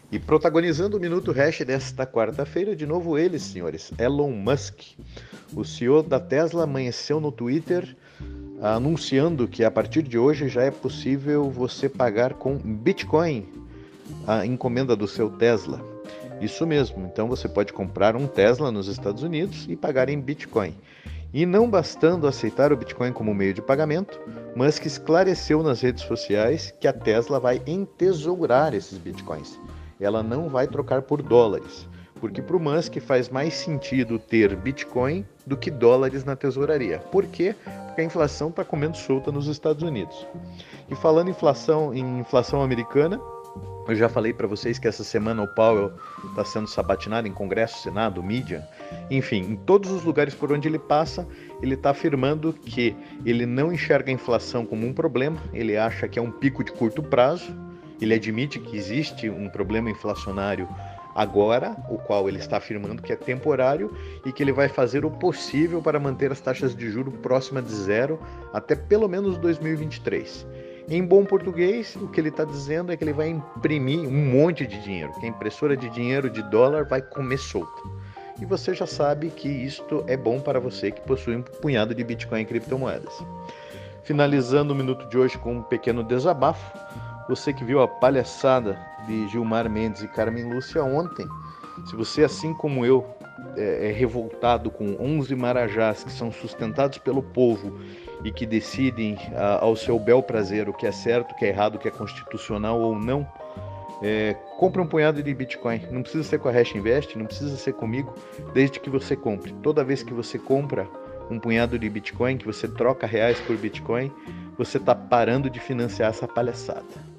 E protagonizando o Minuto Hash desta quarta-feira, de novo ele, senhores, Elon Musk. O CEO da Tesla amanheceu no Twitter anunciando que a partir de hoje já é possível você pagar com Bitcoin a encomenda do seu Tesla. Isso mesmo, então você pode comprar um Tesla nos Estados Unidos e pagar em Bitcoin. E não bastando aceitar o Bitcoin como meio de pagamento, Musk esclareceu nas redes sociais que a Tesla vai entesourar esses Bitcoins. Ela não vai trocar por dólares, porque para o Musk faz mais sentido ter Bitcoin do que dólares na tesouraria. Por quê? Porque a inflação está comendo solta nos Estados Unidos. E falando em inflação americana, eu já falei para vocês que essa semana o Powell está sendo sabatinado em Congresso, Senado, mídia, enfim, em todos os lugares por onde ele passa, ele está afirmando que ele não enxerga a inflação como um problema, ele acha que é um pico de curto prazo, ele admite que existe um problema inflacionário agora, o qual ele está afirmando que é temporário e que ele vai fazer o possível para manter as taxas de juros próximas de zero até pelo menos 2023. Em bom português, o que ele está dizendo é que ele vai imprimir um monte de dinheiro, que a impressora de dinheiro de dólar vai comer solta. E você já sabe que isto é bom para você que possui um punhado de Bitcoin e criptomoedas. Finalizando o minuto de hoje com um pequeno desabafo, você que viu a palhaçada de Gilmar Mendes e Carmen Lúcia ontem, se você, assim como eu, é revoltado com 11 marajás que são sustentados pelo povo e que decidem ao seu bel prazer o que é certo, o que é errado, o que é constitucional ou não, compre um punhado de Bitcoin. Não precisa ser com a Hash Invest, não precisa ser comigo, desde que você compre. Toda vez que você compra um punhado de Bitcoin, que você troca reais por Bitcoin, você está parando de financiar essa palhaçada.